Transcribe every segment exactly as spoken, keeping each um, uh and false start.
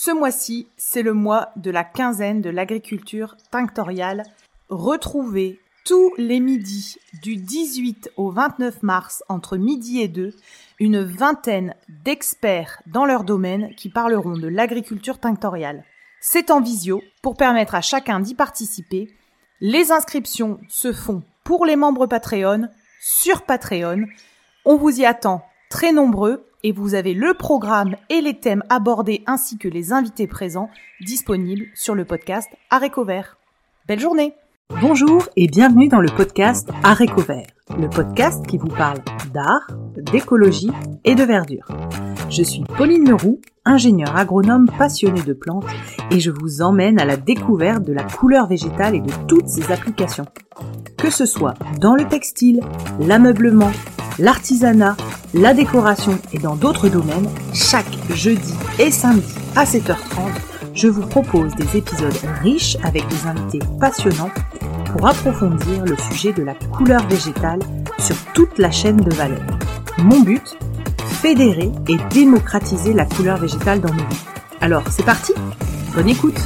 Ce mois-ci, c'est le mois de la quinzaine de l'agriculture tinctoriale. Retrouvez tous les midis du dix-huit au vingt-neuf mars, entre midi et deux, une vingtaine d'experts dans leur domaine qui parleront de l'agriculture tinctoriale. C'est en visio pour permettre à chacun d'y participer. Les inscriptions se font pour les membres Patreon sur Patreon. On vous y attend très nombreux et vous avez le programme et les thèmes abordés ainsi que les invités présents disponibles sur le podcast Haricots Verts. Belle journée! Bonjour et bienvenue dans le podcast Haricots Verts, le podcast qui vous parle d'art, d'écologie et de verdure. Je suis Pauline Leroux, ingénieure agronome passionnée de plantes et je vous emmène à la découverte de la couleur végétale et de toutes ses applications. Que ce soit dans le textile, l'ameublement, l'artisanat, la décoration et dans d'autres domaines, chaque jeudi et samedi à sept heures trente, je vous propose des épisodes riches avec des invités passionnants pour approfondir le sujet de la couleur végétale sur toute la chaîne de valeur. Mon but, fédérer et démocratiser la couleur végétale dans nos vies. Alors, c'est parti, bonne écoute.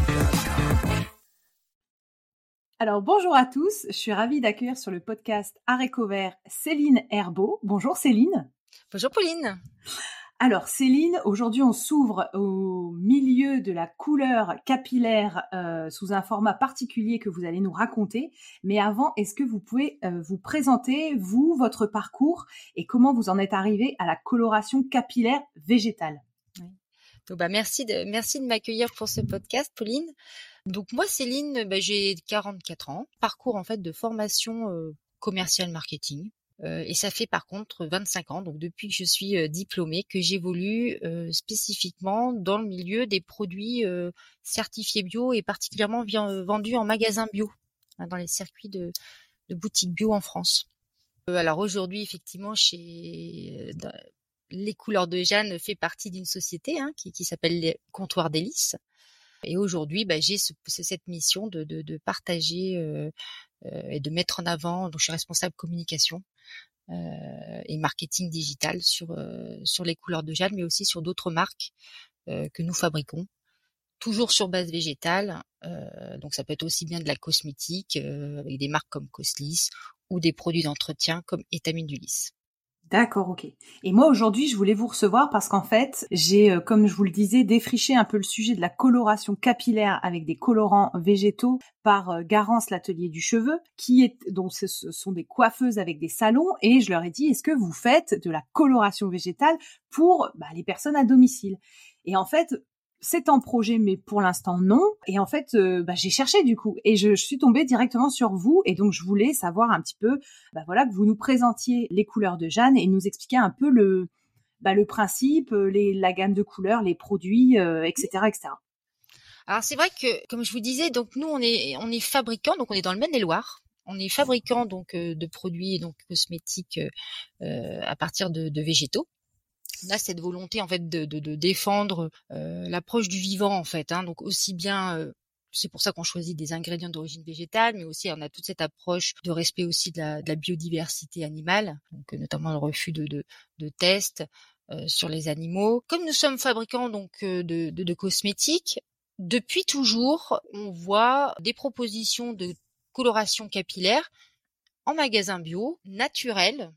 Alors, bonjour à tous, je suis ravie d'accueillir sur le podcast Haricots Verts Céline Herbeau. Bonjour Céline. Bonjour Pauline. Alors Céline, aujourd'hui on s'ouvre au milieu de la couleur capillaire euh, sous un format particulier que vous allez nous raconter. Mais avant, est-ce que vous pouvez euh, vous présenter, vous, votre parcours et comment vous en êtes arrivé à la coloration capillaire végétale? Oui. Donc, bah, merci de, merci de m'accueillir pour ce podcast Pauline. Donc moi Céline, bah, j'ai quarante-quatre ans, parcours en fait de formation euh, commercial marketing. Euh, et ça fait par contre vingt-cinq ans, donc depuis que je suis euh, diplômée, que j'évolue euh, spécifiquement dans le milieu des produits euh, certifiés bio et particulièrement vi- vendus en magasin bio, hein, dans les circuits de, de boutiques bio en France. Euh, alors aujourd'hui, effectivement, chez euh, les Couleurs de Jeanne fait partie d'une société hein, qui, qui s'appelle les Comptoirs d'Hélice. Et aujourd'hui, bah, j'ai ce, cette mission de, de, de partager euh, euh, et de mettre en avant. Donc, je suis responsable communication euh, et marketing digital sur euh, sur les Couleurs de Jeanne, mais aussi sur d'autres marques euh, que nous fabriquons, toujours sur base végétale. Euh, donc, ça peut être aussi bien de la cosmétique euh, avec des marques comme Coslis ou des produits d'entretien comme Étamine du Lys. D'accord, ok. Et moi aujourd'hui, je voulais vous recevoir parce qu'en fait, j'ai, euh, comme je vous le disais, défriché un peu le sujet de la coloration capillaire avec des colorants végétaux par euh, Garance l'atelier du cheveu, qui est donc ce, ce sont des coiffeuses avec des salons, et je leur ai dit, est-ce que vous faites de la coloration végétale pour bah, les personnes à domicile? Et en fait, c'est en projet, mais pour l'instant non. Et en fait, euh, bah, j'ai cherché du coup, et je, je suis tombée directement sur vous. Et donc, je voulais savoir un petit peu, bah, voilà, que vous nous présentiez les Couleurs de Jeanne et nous expliquiez un peu le, bah, le principe, les, la gamme de couleurs, les produits, euh, et cetera, et cetera. Alors c'est vrai que, comme je vous disais, donc nous on est on est fabricant, donc on est dans le Maine-et-Loire. On est fabricant donc euh, de produits donc cosmétiques euh, à partir de, de végétaux. On a cette volonté en fait de, de, de défendre euh, l'approche du vivant en fait, hein, donc aussi bien euh, c'est pour ça qu'on choisit des ingrédients d'origine végétale, mais aussi on a toute cette approche de respect aussi de la, de la biodiversité animale, donc notamment le refus de, de, de tests euh, sur les animaux. Comme nous sommes fabricants donc euh, de, de, de cosmétiques, depuis toujours on voit des propositions de coloration capillaire en magasin bio, naturel,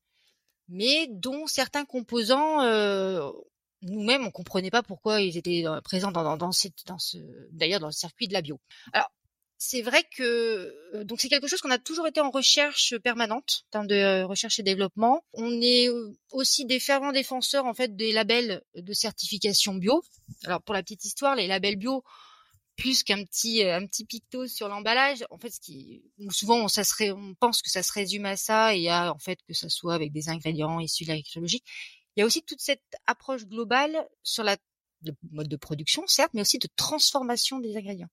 mais dont certains composants, euh, nous-mêmes, on comprenait pas pourquoi ils étaient présents dans, dans, dans, cette, dans ce, d'ailleurs dans le circuit de la bio. Alors, c'est vrai que euh, donc c'est quelque chose qu'on a toujours été en recherche permanente, en termes de euh, recherche et développement. On est aussi des fervents défenseurs en fait des labels de certification bio. Alors pour la petite histoire, les labels bio, plus qu'un petit un petit picto sur l'emballage, en fait ce qui souvent on, ça serait on pense que ça se résume à ça, et à en fait que ça soit avec des ingrédients issus de l'agriculture biologique. Il y a aussi toute cette approche globale sur la le mode de production certes, mais aussi de transformation des ingrédients.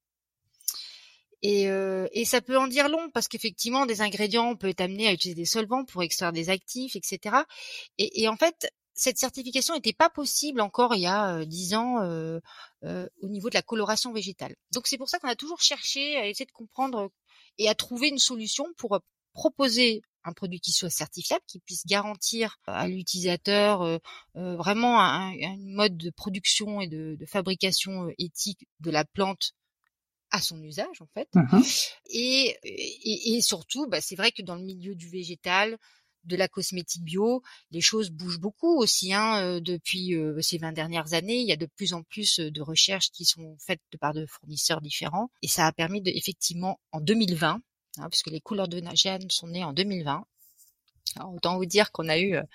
Et, euh, et ça peut en dire long parce qu'effectivement des ingrédients on peut être amené à utiliser des solvants pour extraire des actifs, et cetera. Et, et en fait cette certification n'était pas possible encore il y a dix euh, ans euh, euh, au niveau de la coloration végétale. Donc c'est pour ça qu'on a toujours cherché à essayer de comprendre et à trouver une solution pour proposer un produit qui soit certifiable, qui puisse garantir à l'utilisateur euh, euh, vraiment un, un mode de production et de, de fabrication éthique de la plante à son usage en fait. Mmh. Et, et, et surtout, bah, c'est vrai que dans le milieu du végétal, de la cosmétique bio, les choses bougent beaucoup aussi. Hein, depuis euh, ces vingt dernières années, il y a de plus en plus de recherches qui sont faites de par de fournisseurs différents. Et ça a permis de, effectivement, en deux mille vingt, hein, puisque les couleurs de Jeanne sont nées en deux mille vingt. Alors, autant vous dire qu'on a eu euh,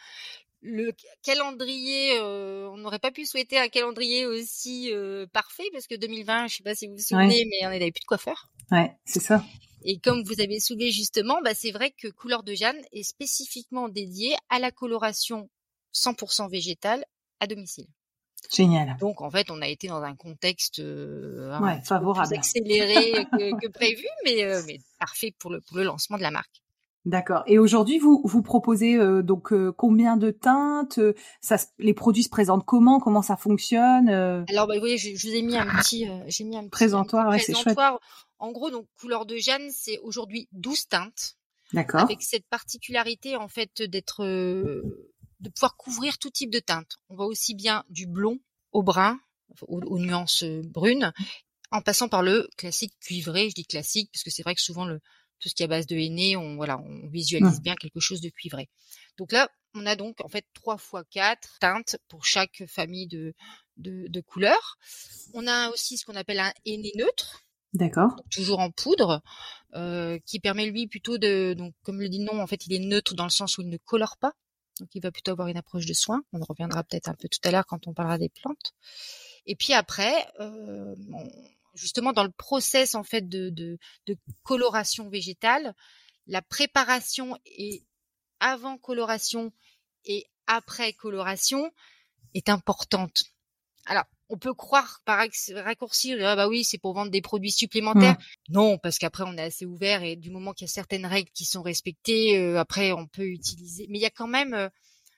le calendrier, euh, on n'aurait pas pu souhaiter un calendrier aussi euh, parfait, parce que deux mille vingt, je sais pas si vous vous souvenez, ouais. mais on n'avait plus de coiffeur. Ouais, c'est ça. Et comme vous avez soulevé justement, bah c'est vrai que Couleurs de Jeanne est spécifiquement dédiée à la coloration cent pour cent végétale à domicile. Génial. Donc en fait, on a été dans un contexte euh, ouais, un petit favorable. peu plus accéléré que, que prévu, mais, euh, mais parfait pour le, pour le lancement de la marque. D'accord. Et aujourd'hui, vous vous proposez euh, donc euh, combien de teintes, ça, les produits se présentent comment, comment ça fonctionne euh... Alors bah, vous voyez, je, je vous ai mis un petit, euh, j'ai mis un petit présentoir, un ouais, petit présentoir. C'est chouette. En gros, donc Couleurs de Jeanne, c'est aujourd'hui douze teintes. D'accord. Avec cette particularité en fait d'être, euh, de pouvoir couvrir tout type de teinte. On va aussi bien du blond au brun, aux, aux nuances brunes, en passant par le classique cuivré. Je dis classique parce que c'est vrai que souvent le tout ce qui est à base de henné, on voilà, on visualise mmh. bien quelque chose de cuivré. Donc là, on a donc en fait trois fois quatre teintes pour chaque famille de de, de couleurs. On a aussi ce qu'on appelle un henné neutre. D'accord. Donc, toujours en poudre, euh, qui permet lui plutôt de, donc comme le dit le nom, en fait, il est neutre dans le sens où il ne colore pas. Donc, il va plutôt avoir une approche de soin. On en reviendra peut-être un peu tout à l'heure quand on parlera des plantes. Et puis après, euh, on, justement dans le process en fait de, de, de coloration végétale, la préparation et avant coloration et après coloration est importante. Alors, on peut croire par raccourci, ah bah oui, c'est pour vendre des produits supplémentaires. Mmh. Non, parce qu'après on est assez ouvert et du moment qu'il y a certaines règles qui sont respectées, euh, après on peut utiliser. Mais il y a quand même, euh,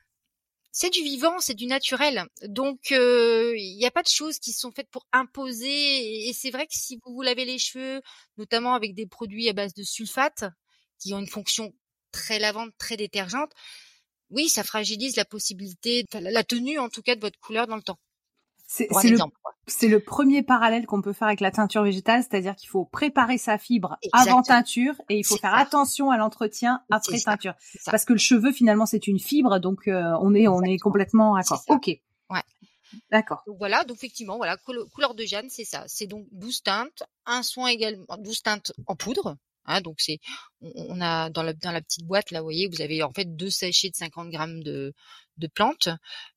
c'est du vivant, c'est du naturel. Donc euh, il n'y a pas de choses qui sont faites pour imposer. Et c'est vrai que si vous vous lavez les cheveux, notamment avec des produits à base de sulfate, qui ont une fonction très lavante, très détergente, oui, ça fragilise la possibilité, la tenue en tout cas de votre couleur dans le temps. C'est, c'est, le, c'est le premier parallèle qu'on peut faire avec la teinture végétale, c'est-à-dire qu'il faut préparer sa fibre Exactement. Avant teinture et il faut c'est faire ça. Attention à l'entretien après c'est teinture. Ça. Parce que le cheveu finalement c'est une fibre, donc euh, on est Exactement. on est complètement d'accord. Ok. Ouais. D'accord. Donc voilà, donc effectivement voilà, Couleurs de Jeanne c'est ça, c'est donc douze teintes, un soin également, douze teintes en poudre. Hein, donc c'est, on, on a dans la dans la petite boîte là, vous voyez, vous avez en fait deux sachets de cinquante grammes de de plantes,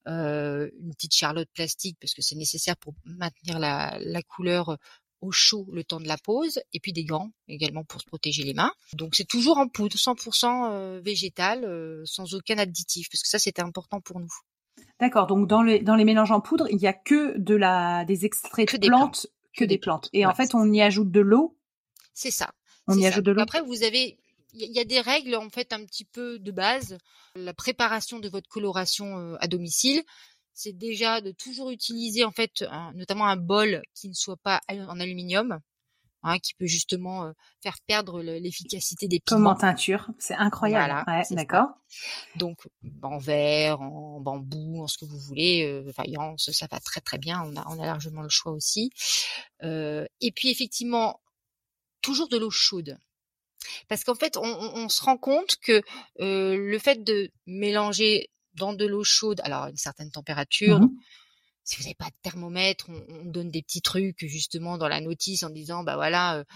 euh, une petite charlotte plastique parce que c'est nécessaire pour maintenir la la couleur au chaud le temps de la pose, et puis des gants également pour se protéger les mains. Donc c'est toujours en poudre, cent pour cent euh, végétal, euh, sans aucun additif, parce que ça c'était important pour nous. D'accord. Donc dans les dans les mélanges en poudre, il y a que de la des extraits que de des plantes, plantes, que, que des plantes. plantes. Et ouais, en fait, on y ajoute de l'eau. C'est ça. On c'est y ça. ajoute de l'eau. Après, vous avez, il y a des règles en fait un petit peu de base. La préparation de votre coloration euh, à domicile, c'est déjà de toujours utiliser en fait, un, notamment un bol qui ne soit pas en aluminium, hein, qui peut justement euh, faire perdre le, l'efficacité des pigments. Comme en teinture, c'est incroyable. Voilà, ouais, c'est d'accord. Ça. Donc en verre, en bambou, en ce que vous voulez, euh, faïence, ça va très très bien. On a, on a largement le choix aussi. Euh, et puis effectivement, toujours de l'eau chaude. Parce qu'en fait, on, on, on se rend compte que euh, le fait de mélanger dans de l'eau chaude, alors à une certaine température, mmh. donc, si vous n'avez pas de thermomètre, on, on donne des petits trucs justement dans la notice en disant, bah voilà, euh,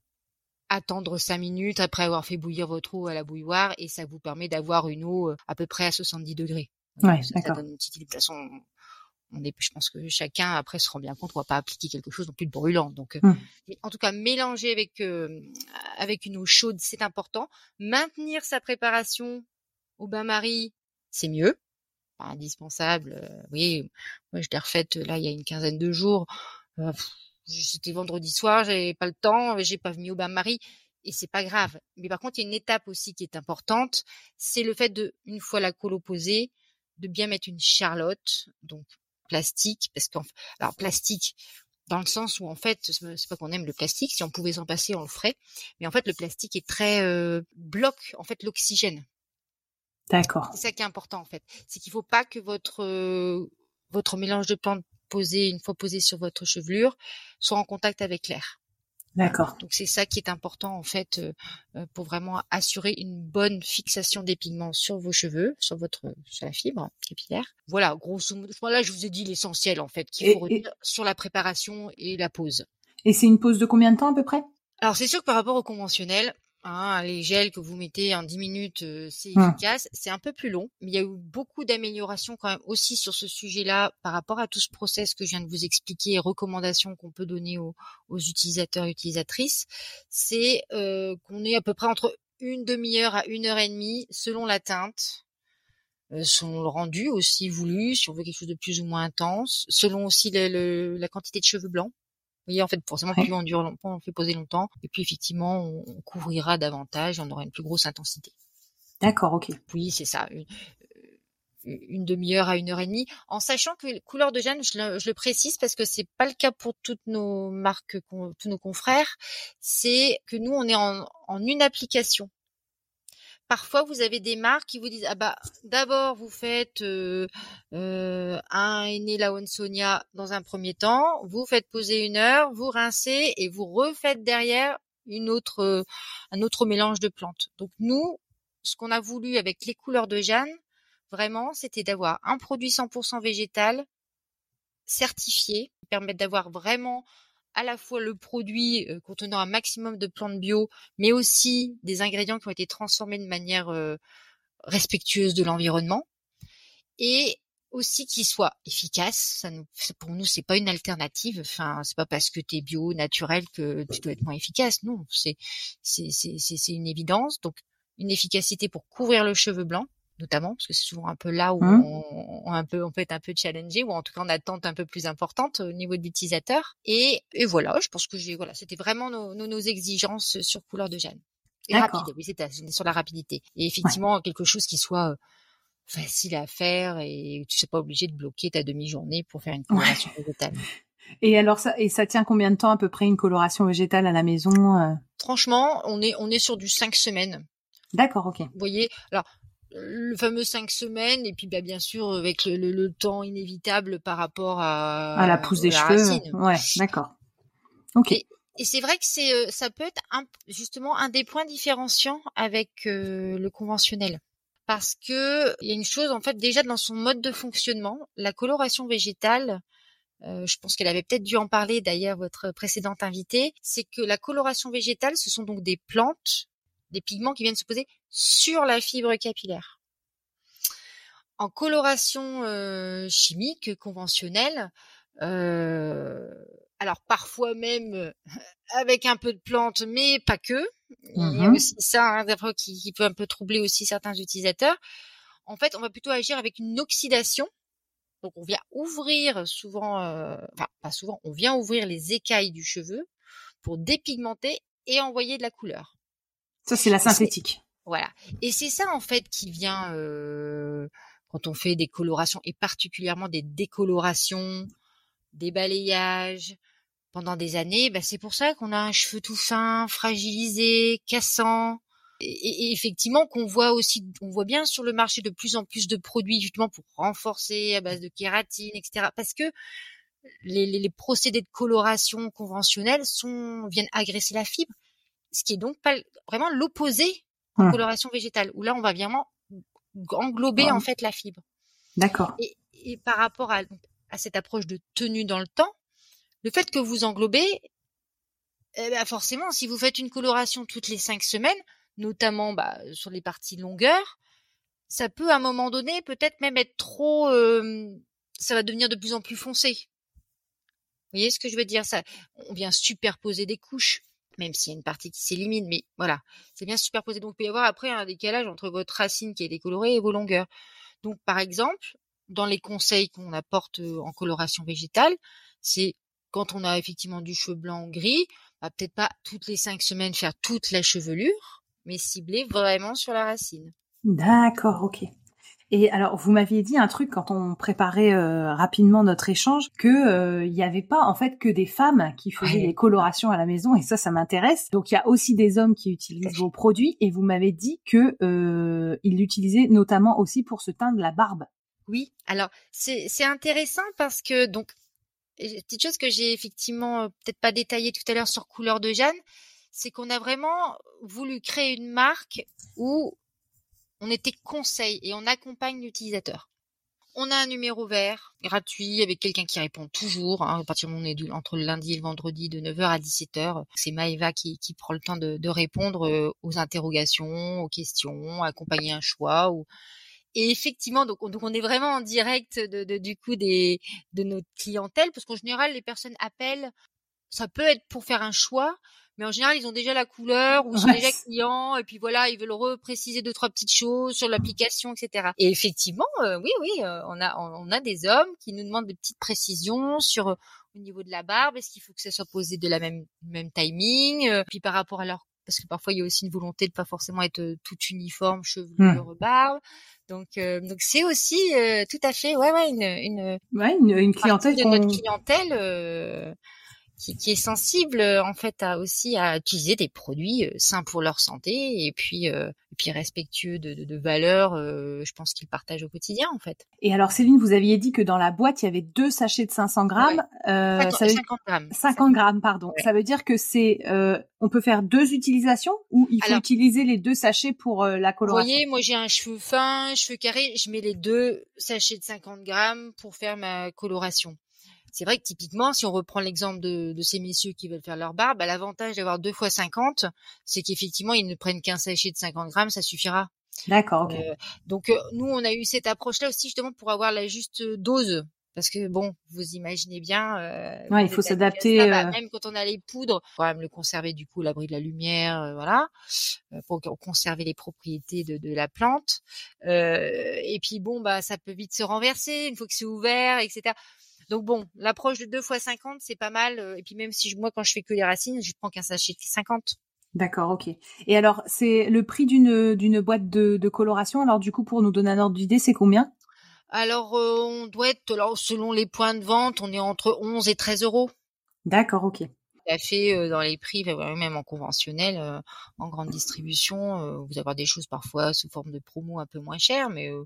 attendre cinq minutes après avoir fait bouillir votre eau à la bouilloire et ça vous permet d'avoir une eau à peu près à soixante-dix degrés. Ouais, ça, d'accord. Ça donne une petite, de toute façon, on est, je pense que chacun après se rend bien compte qu'on va pas appliquer quelque chose non plus de brûlant. Donc, mmh. mais en tout cas, mélanger avec euh, avec une eau chaude, c'est important. Maintenir sa préparation au bain-marie, c'est mieux, pas indispensable. Euh, oui, moi je l'ai refaite là il y a une quinzaine de jours. Euh, c'était vendredi soir, j'avais pas le temps, j'ai pas mis au bain-marie et c'est pas grave. Mais par contre, il y a une étape aussi qui est importante, c'est le fait de, une fois la colo posée, de bien mettre une charlotte, donc plastique, parce qu'en alors plastique, dans le sens où en fait, c'est pas qu'on aime le plastique, si on pouvait s'en passer, on le ferait. Mais en fait, le plastique est très euh, bloque en fait l'oxygène. D'accord. C'est ça qui est important en fait, c'est qu'il faut pas que votre euh, votre mélange de plantes posé une fois posé sur votre chevelure soit en contact avec l'air. D'accord. Donc c'est ça qui est important en fait euh, pour vraiment assurer une bonne fixation des pigments sur vos cheveux, sur votre sur la fibre capillaire. Voilà, grosso modo. Voilà, je vous ai dit l'essentiel en fait qu'il faut Et, retenir et, sur la préparation et la pose. Et c'est une pause de combien de temps à peu près? Alors c'est sûr que par rapport au conventionnel, hein, les gels que vous mettez en dix minutes, euh, c'est Hum. efficace. C'est un peu plus long, mais il y a eu beaucoup d'améliorations quand même aussi sur ce sujet-là par rapport à tout ce process que je viens de vous expliquer et recommandations qu'on peut donner aux, aux utilisateurs et utilisatrices. C'est euh, qu'on est à peu près entre une demi-heure à une heure et demie selon la teinte, euh, selon le rendu aussi voulu, si on veut quelque chose de plus ou moins intense, selon aussi le, le, la quantité de cheveux blancs. Vous voyez, en fait, forcément, Ouais. plus on dure longtemps, on fait poser longtemps. Et puis, effectivement, on, on couvrira davantage, on aura une plus grosse intensité. D'accord, ok. Oui, c'est ça. Une, une demi-heure à une heure et demie. En sachant que couleur de Jeanne, je le, je le précise parce que c'est pas le cas pour toutes nos marques, tous nos confrères. C'est que nous, on est en, en une application. Parfois, vous avez des marques qui vous disent ah bah d'abord vous faites euh, euh, un Henné Laon Sonia dans un premier temps, vous faites poser une heure, vous rincez et vous refaites derrière une autre euh, un autre mélange de plantes. Donc nous, ce qu'on a voulu avec les couleurs de Jeanne, vraiment, c'était d'avoir un produit cent pour cent végétal certifié, qui permet d'avoir vraiment à la fois le produit euh, contenant un maximum de plantes bio, mais aussi des ingrédients qui ont été transformés de manière euh, respectueuse de l'environnement, et aussi qui soit efficace. Ça nous, pour nous, c'est pas une alternative. Enfin, c'est pas parce que t'es bio, naturel que tu dois être moins efficace. Non, c'est c'est c'est c'est, c'est une évidence. Donc, une efficacité pour couvrir le cheveu blanc, notamment, parce que c'est souvent un peu là où Mmh. on, on, un peu, on peut être un peu challengé, ou en tout cas, on attente un peu plus importante au niveau de l'utilisateur. Et, et voilà, je pense que j'ai, voilà, c'était vraiment nos, nos, nos exigences sur couleur de Jeanne. Et D'accord. rapide, oui, c'était sur la rapidité. Et effectivement, ouais. quelque chose qui soit facile à faire et tu ne sois pas obligé de bloquer ta demi-journée pour faire une coloration ouais. végétale. Et alors ça, et ça tient combien de temps à peu près une coloration végétale à la maison? euh... Franchement, on est, on est sur du cinq semaines. D'accord, ok. Vous voyez, alors, le fameux cinq semaines, et puis bah, bien sûr avec le, le, le temps inévitable par rapport à, à la pousse des la cheveux. racine. Ouais, d'accord. Ok. Et, et c'est vrai que c'est, ça peut être un, justement un des points différenciants avec euh, le conventionnel. Parce que il y a une chose, en fait, déjà dans son mode de fonctionnement, la coloration végétale, euh, je pense qu'elle avait peut-être dû en parler d'ailleurs, votre précédente invitée, c'est que la coloration végétale, ce sont donc des plantes, des pigments qui viennent se poser sur la fibre capillaire. En coloration euh, chimique conventionnelle, euh, alors parfois même avec un peu de plantes, mais pas que. Il y a aussi ça hein, qui, qui peut un peu troubler aussi certains utilisateurs. En fait, on va plutôt agir avec une oxydation. Donc, on vient ouvrir souvent, euh, enfin pas souvent, on vient ouvrir les écailles du cheveu pour dépigmenter et envoyer de la couleur. Ça, c'est la synthétique. Voilà. Et c'est ça, en fait, qui vient euh, quand on fait des colorations, et particulièrement des décolorations, des balayages, pendant des années, bah c'est pour ça qu'on a un cheveu tout fin, fragilisé, cassant. Et, et effectivement, qu'on voit aussi, on voit bien sur le marché de plus en plus de produits justement pour renforcer à base de kératine, et cetera. Parce que les, les, les procédés de coloration conventionnels sont viennent agresser la fibre, ce qui est donc pas vraiment l'opposé en mmh. coloration végétale, où là on va vraiment englober ouais. en fait la fibre. D'accord. Et, et par rapport à, à cette approche de tenue dans le temps, le fait que vous englobez, eh ben forcément, si vous faites une coloration toutes les cinq semaines, notamment bah, sur les parties longueurs, ça peut à un moment donné peut-être même être trop, euh, ça va devenir de plus en plus foncé. Vous voyez ce que je veux dire? Ça, on vient superposer des couches, même s'il y a une partie qui s'élimine, mais voilà, c'est bien superposé. Donc il peut y avoir après un décalage entre votre racine qui est décolorée et vos longueurs. Donc par exemple, dans les conseils qu'on apporte en coloration végétale, c'est quand on a effectivement du cheveu blanc ou gris, bah, peut-être pas toutes les cinq semaines faire toute la chevelure, mais cibler vraiment sur la racine. D'accord, ok. Et alors, vous m'aviez dit un truc quand on préparait euh, rapidement notre échange, que euh, il y avait pas en fait que des femmes qui faisaient Ouais. des colorations à la maison, et ça, ça m'intéresse. Donc, il y a aussi des hommes qui utilisent vos produits, et vous m'avez dit que euh, ils l'utilisaient notamment aussi pour se teindre la barbe. Oui, alors c'est c'est intéressant parce que donc petite chose que j'ai effectivement euh, peut-être pas détaillé tout à l'heure sur Couleur de Jeanne, c'est qu'on a vraiment voulu créer une marque où on était conseil et on accompagne l'utilisateur. On a un numéro vert gratuit avec quelqu'un qui répond toujours, hein, à partir du moment où on est du, entre le lundi et le vendredi de neuf heures à dix-sept heures. C'est Maëva qui, qui prend le temps de, de répondre euh, aux interrogations, aux questions, accompagner un choix. Ou... Et effectivement, donc on, donc on est vraiment en direct de, de, du coup des, de notre clientèle, parce qu'en général, les personnes appellent, ça peut être pour faire un choix, mais en général, ils ont déjà la couleur ou ils sont Ouais. déjà clients et puis voilà, ils veulent repréciser deux trois petites choses sur l'application, et cetera. Et effectivement, euh, oui, oui, euh, on a on a des hommes qui nous demandent des petites précisions sur euh, au niveau de la barbe, est-ce qu'il faut que ça soit posé de la même même timing, euh, puis par rapport à leur parce que parfois il y a aussi une volonté de pas forcément être euh, toute uniforme, chevelure, Hmm. barbe. Donc euh, donc c'est aussi euh, tout à fait ouais ouais une une Ouais, une, une partie clientèle de qu'on... notre clientèle. Euh, Qui, qui est sensible euh, en fait à aussi à utiliser des produits euh, sains pour leur santé et puis euh, et puis respectueux de, de, de valeurs, euh, je pense qu'ils partagent au quotidien en fait. Et alors, Céline, vous aviez dit que dans la boîte, il y avait deux sachets de cinq cents grammes. Ouais. Euh, cinquante, ça veut... cinquante grammes. cinquante grammes, pardon. Ouais. Ça veut dire que c'est, euh, on peut faire deux utilisations ou il faut Alors, utiliser les deux sachets pour euh, la vous coloration? voyez, moi j'ai un cheveu fin, cheveux carrés, je mets les deux sachets de cinquante grammes pour faire ma coloration. C'est vrai que typiquement, si on reprend l'exemple de, de ces messieurs qui veulent faire leur barbe, bah, l'avantage d'avoir deux fois cinquante, c'est qu'effectivement, ils ne prennent qu'un sachet de cinquante grammes, ça suffira. D'accord, ok. Euh, donc, euh, nous, on a eu cette approche-là aussi justement pour avoir la juste dose. Parce que bon, vous imaginez bien, euh, Ouais, il vous faut êtes habitués s'adapter. à ça, Euh... bah, même quand on a les poudres, faut quand même le conserver du coup à l'abri de la lumière, euh, voilà, euh, pour conserver les propriétés de, de la plante. Euh, et puis bon, bah ça peut vite se renverser une fois que c'est ouvert, et cetera. Donc bon, l'approche de deux fois cinquante, c'est pas mal. Et puis même si je, moi, quand je fais que les racines, je prends qu'un sachet de cinquante. D'accord, ok. Et alors, c'est le prix d'une d'une boîte de, de coloration. Alors du coup, pour nous donner un ordre d'idée, c'est combien? Alors, euh, on doit être, alors, selon les points de vente, on est entre onze et treize euros. D'accord, ok. Tout à fait, euh, dans les prix, même en conventionnel, euh, en grande distribution, euh, vous avez des choses parfois sous forme de promo un peu moins chères, mais euh,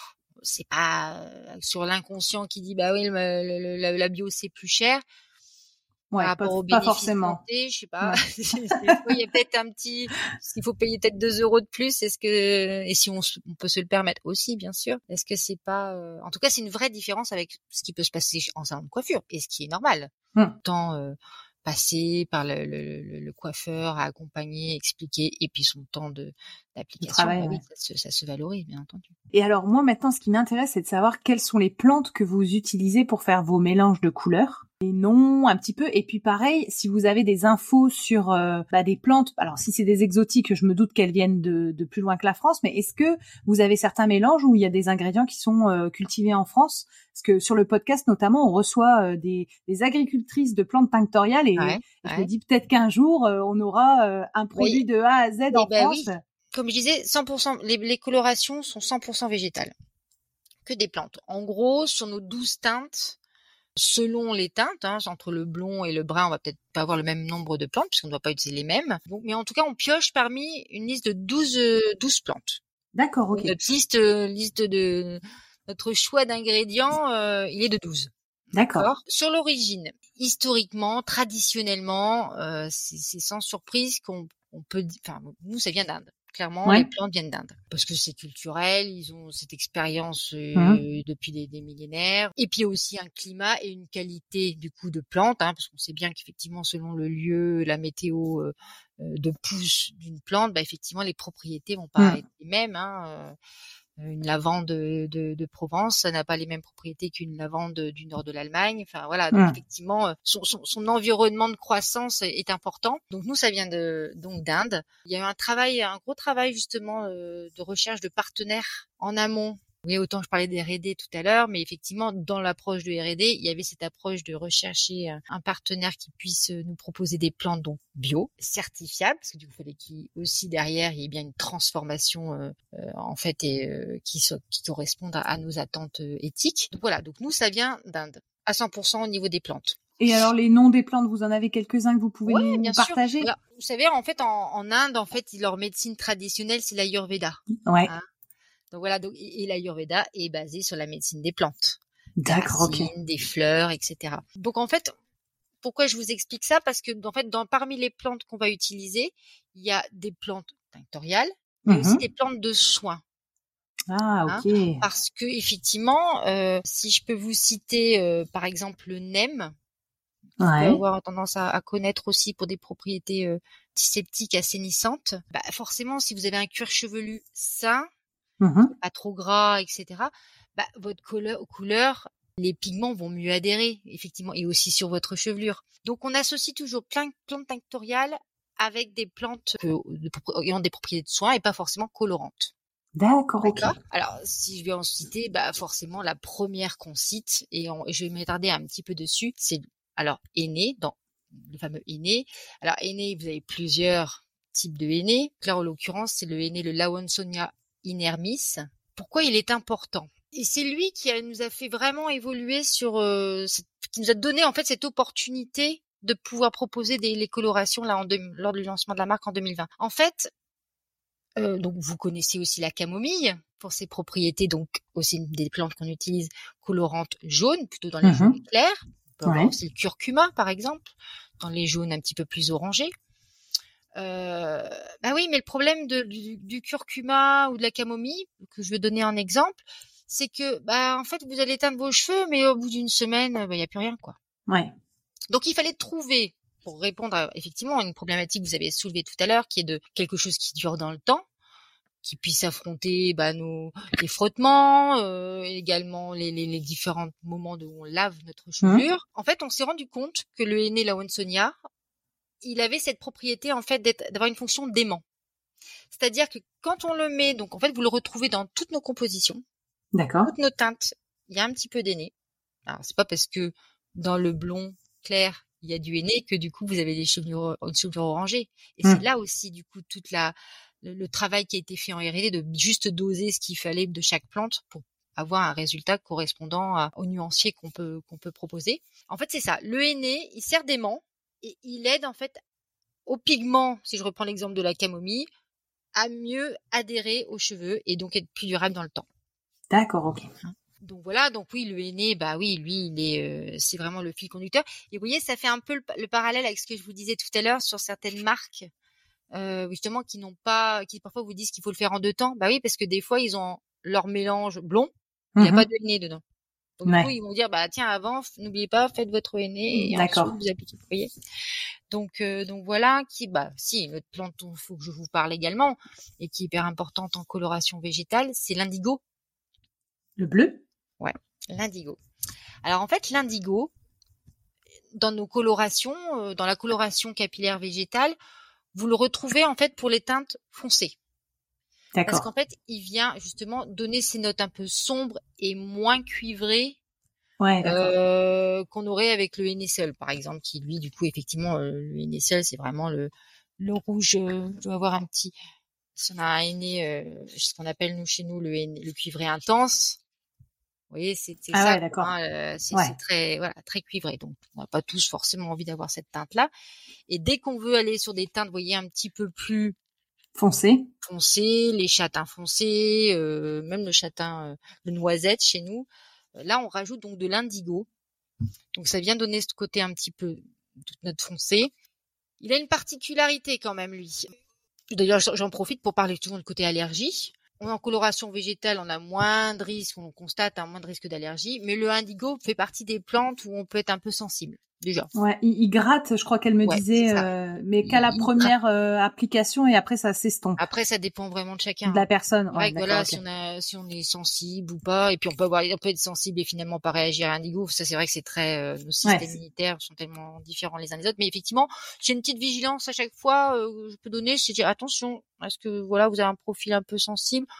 c'est pas euh, sur l'inconscient qui dit bah oui, le, le, la, la bio c'est plus cher. Ouais, Par pas, rapport aux pas bénéfices forcément. santé, je sais pas. Ouais. Des fois, il y a peut-être un petit, s'il faut payer peut-être deux euros de plus, est-ce que, et si on, on peut se le permettre aussi, bien sûr. Est-ce que c'est pas, euh... en tout cas, c'est une vraie différence avec ce qui peut se passer en salon de coiffure et ce qui est normal. Hum. Tant euh, passer par le, le, le, le coiffeur à accompagner, expliquer, et puis son temps de d'application, Travail, bah oui, ouais. ça se, ça se valorise, bien entendu. Et alors moi maintenant, ce qui m'intéresse, c'est de savoir quelles sont les plantes que vous utilisez pour faire vos mélanges de couleurs. Les noms, un petit peu. Et puis pareil, si vous avez des infos sur euh, bah, des plantes, alors si c'est des exotiques, je me doute qu'elles viennent de, de plus loin que la France, mais est-ce que vous avez certains mélanges où il y a des ingrédients qui sont euh, cultivés en France? Parce que sur le podcast notamment, on reçoit euh, des, des agricultrices de plantes tinctoriales et, Ouais, et je ouais. me dis peut-être qu'un jour, euh, on aura euh, un produit Oui. de A à Z Eh en ben France. oui. Comme je disais, cent pour cent, les, les colorations sont cent pour cent végétales. Que des plantes. En gros, sur nos douze teintes, selon les teintes, hein, entre le blond et le brun, on va peut-être pas avoir le même nombre de plantes, puisqu'on ne doit pas utiliser les mêmes. Donc, mais en tout cas, on pioche parmi une liste de douze, douze plantes. D'accord, ok. Donc, notre liste, liste de, notre choix d'ingrédients, euh, il est de douze. D'accord. D'accord. Sur l'origine, historiquement, traditionnellement, euh, c'est, c'est sans surprise qu'on on peut, enfin, nous, ça vient d'Inde. Clairement, Ouais. les plantes viennent d'Inde parce que c'est culturel, ils ont cette expérience euh, Mmh. depuis des, des millénaires. Et puis aussi un climat et une qualité du coup de plantes, hein, parce qu'on sait bien qu'effectivement, selon le lieu, la météo euh, de pousse d'une plante, bah, effectivement, les propriétés vont pas Mmh. être les mêmes. Hein, euh, Une lavande de, de, de Provence, ça n'a pas les mêmes propriétés qu'une lavande du nord de l'Allemagne. Enfin voilà, donc Mmh. effectivement, son, son, son environnement de croissance est, est important. Donc nous, ça vient de donc d'Inde. Il y a eu un travail, un gros travail justement euh, de recherche de partenaires en amont Oui, autant je parlais des R et D tout à l'heure, mais effectivement, dans l'approche de R et D, il y avait cette approche de rechercher un partenaire qui puisse nous proposer des plantes donc bio, certifiables, parce que du coup, il fallait qu'il aussi derrière, il y ait bien une transformation euh, euh, en fait et euh, qui, so, qui corresponde à, à nos attentes euh, éthiques. Donc voilà, donc nous, ça vient d'Inde à cent pour cent au niveau des plantes. Et alors les noms des plantes, vous en avez quelques-uns que vous pouvez ouais, nous bien partager? Alors, vous savez, en fait, en, en Inde, en fait, leur médecine traditionnelle, c'est l'Ayurveda. Ouais. Hein. Donc voilà, donc, et l'Ayurveda est basé sur la médecine des plantes, D'accord, des racines, ok. des fleurs, et cetera. Donc en fait, pourquoi je vous explique ça? Parce que en fait, dans parmi les plantes qu'on va utiliser, il y a des plantes tinctoriales, mais Mm-hmm. aussi des plantes de soins. Ah, ok. Hein, parce que effectivement, euh, si je peux vous citer euh, par exemple le nem, qu'on ouais. peut avoir tendance à, à connaître aussi pour des propriétés euh, antiseptiques, assainissantes, bah forcément, si vous avez un cuir chevelu sain, Mm-hmm. pas trop gras, et cetera, bah, votre couleur, couleur, les pigments vont mieux adhérer, effectivement, et aussi sur votre chevelure. Donc, on associe toujours plein de plantes tinctoriales avec des plantes que, de, ayant des propriétés de soins et pas forcément colorantes. D'accord, ok. D'accord. Alors, si je vais en citer, bah, forcément, la première qu'on cite, et, on, et je vais m'attarder un petit peu dessus, c'est, alors, henné, dans le fameux henné. Alors, henné, vous avez plusieurs types de henné. Là, en l'occurrence, c'est le henné, le Lawsonia inermis. Pourquoi il est important? Et c'est lui qui a, nous a fait vraiment évoluer sur, euh, cette, qui nous a donné en fait cette opportunité de pouvoir proposer des les colorations là en deux, lors du lancement de la marque en deux mille vingt. En fait, euh, donc vous connaissez aussi la camomille pour ses propriétés, donc aussi des plantes qu'on utilise colorantes jaunes, plutôt dans les mm-hmm. jaunes clairs. On peut ouais. avoir aussi le curcuma par exemple, dans les jaunes un petit peu plus orangés. Euh, bah oui, mais le problème de, du, du curcuma ou de la camomille, que je vais donner un exemple, c'est que, bah, en fait, vous allez éteindre vos cheveux, mais au bout d'une semaine, bah, il y a plus rien, quoi. Ouais. Donc, il fallait trouver, pour répondre à, effectivement, à une problématique que vous avez soulevée tout à l'heure, qui est de quelque chose qui dure dans le temps, qui puisse affronter, bah, nos, les frottements, euh, également les, les, les différents moments où on lave notre chevelure. Mmh. En fait, on s'est rendu compte que le henné Lawsonia, il avait cette propriété en fait d'être, d'avoir une fonction d'aimant. C'est-à-dire que quand on le met, donc en fait vous le retrouvez dans toutes nos compositions, d'accord, toutes nos teintes, il y a un petit peu d'henné. Alors c'est pas parce que dans le blond clair il y a du henné que du coup vous avez des chevelures, une chevelure orangée. Et mmh. c'est là aussi du coup toute la le, le travail qui a été fait en R et D de juste doser ce qu'il fallait de chaque plante pour avoir un résultat correspondant à, au nuancier qu'on peut qu'on peut proposer. En fait c'est ça, le henné il sert d'aimant. Et il aide en fait aux pigments, si je reprends l'exemple de la camomille, à mieux adhérer aux cheveux et donc être plus durable dans le temps. D'accord, ok. Donc voilà, donc oui, le henné, bah oui, lui, il est, euh, c'est vraiment le fil conducteur. Et vous voyez, ça fait un peu le, le parallèle avec ce que je vous disais tout à l'heure sur certaines marques, euh, justement, qui n'ont pas, qui parfois vous disent qu'il faut le faire en deux temps. Bah oui, parce que des fois, ils ont leur mélange blond, il n'y a mm-hmm. pas de henné dedans. Donc, ouais. du coup, ils vont dire, bah, tiens, avant, n'oubliez pas, faites votre henné et D'accord. ensuite vous appliquez. Vous voyez? Donc, euh, donc voilà, qui, bah, si, une autre plante dont il faut que je vous parle également et qui est hyper importante en coloration végétale, c'est l'indigo. Le bleu? Ouais, l'indigo. Alors, en fait, l'indigo, dans nos colorations, euh, dans la coloration capillaire végétale, vous le retrouvez, en fait, pour les teintes foncées. D'accord. Parce qu'en fait, il vient justement donner ces notes un peu sombres et moins cuivrées ouais, euh, qu'on aurait avec le henné seul, par exemple, qui lui, du coup, effectivement, euh, le henné seul, c'est vraiment le, le rouge. Euh, je dois avoir un petit, si on a un henné, euh, ce qu'on appelle nous chez nous le henné, le cuivré intense. Vous voyez, c'est, c'est ah ça. Ouais, d'accord. Hein, euh, c'est, ouais. c'est très, voilà, très cuivré. Donc, on n'a pas tous forcément envie d'avoir cette teinte-là. Et dès qu'on veut aller sur des teintes, vous voyez, un petit peu plus foncé, foncé, les châtains foncés, euh, même le châtain, euh, le noisette chez nous. Euh, là, on rajoute donc de l'indigo. Donc, ça vient donner ce côté un petit peu toute notre foncé. Il a une particularité quand même, lui. D'ailleurs, j'en profite pour parler toujours du côté allergie. En coloration végétale, on a moins de risques, on constate un moins de risque d'allergie, mais le indigo fait partie des plantes où on peut être un peu sensible. Déjà. Ouais, il, il gratte, je crois qu'elle me ouais, disait, euh, mais qu'à il, la première euh, application et après ça s'estompe. Après, ça dépend vraiment de chacun. De la personne. Ouais, ouais, voilà, okay. si on a, si on est sensible ou pas, et puis on peut avoir, on peut être sensible et finalement pas réagir à l'indigo. Ça, c'est vrai que c'est très, euh, nos systèmes ouais, immunitaires sont tellement différents les uns des autres. Mais effectivement, j'ai une petite vigilance à chaque fois. Euh, je peux donner, c'est dire attention, est-ce que voilà, vous avez un profil un peu sensible.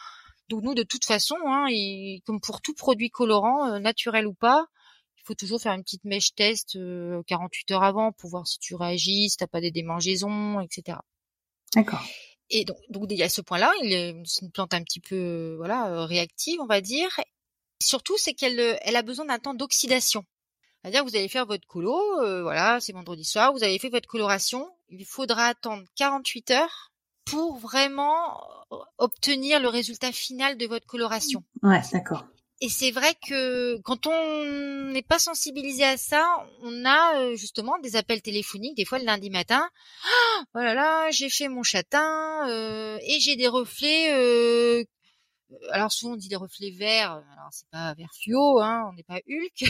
Donc nous, de toute façon, hein, et comme pour tout produit colorant, euh, naturel ou pas, il faut toujours faire une petite mèche test euh, quarante-huit heures avant pour voir si tu réagis, si t'as pas des démangeaisons, et cetera. D'accord. Et donc, donc il y a ce point-là, il est, c'est une plante un petit peu euh, voilà euh, réactive, on va dire. Et surtout, c'est qu'elle euh, elle a besoin d'un temps d'oxydation. C'est-à-dire que vous allez faire votre colo, euh, voilà, c'est vendredi soir, vous avez fait votre coloration, il faudra attendre quarante-huit heures pour vraiment obtenir le résultat final de votre coloration. Ouais, d'accord. Et c'est vrai que quand on n'est pas sensibilisé à ça, on a euh, justement des appels téléphoniques, des fois le lundi matin. Oh là là, j'ai fait mon châtain euh, et j'ai des reflets. Euh, alors souvent on dit des reflets verts. Alors c'est pas vert fluo, hein, on n'est pas Hulk,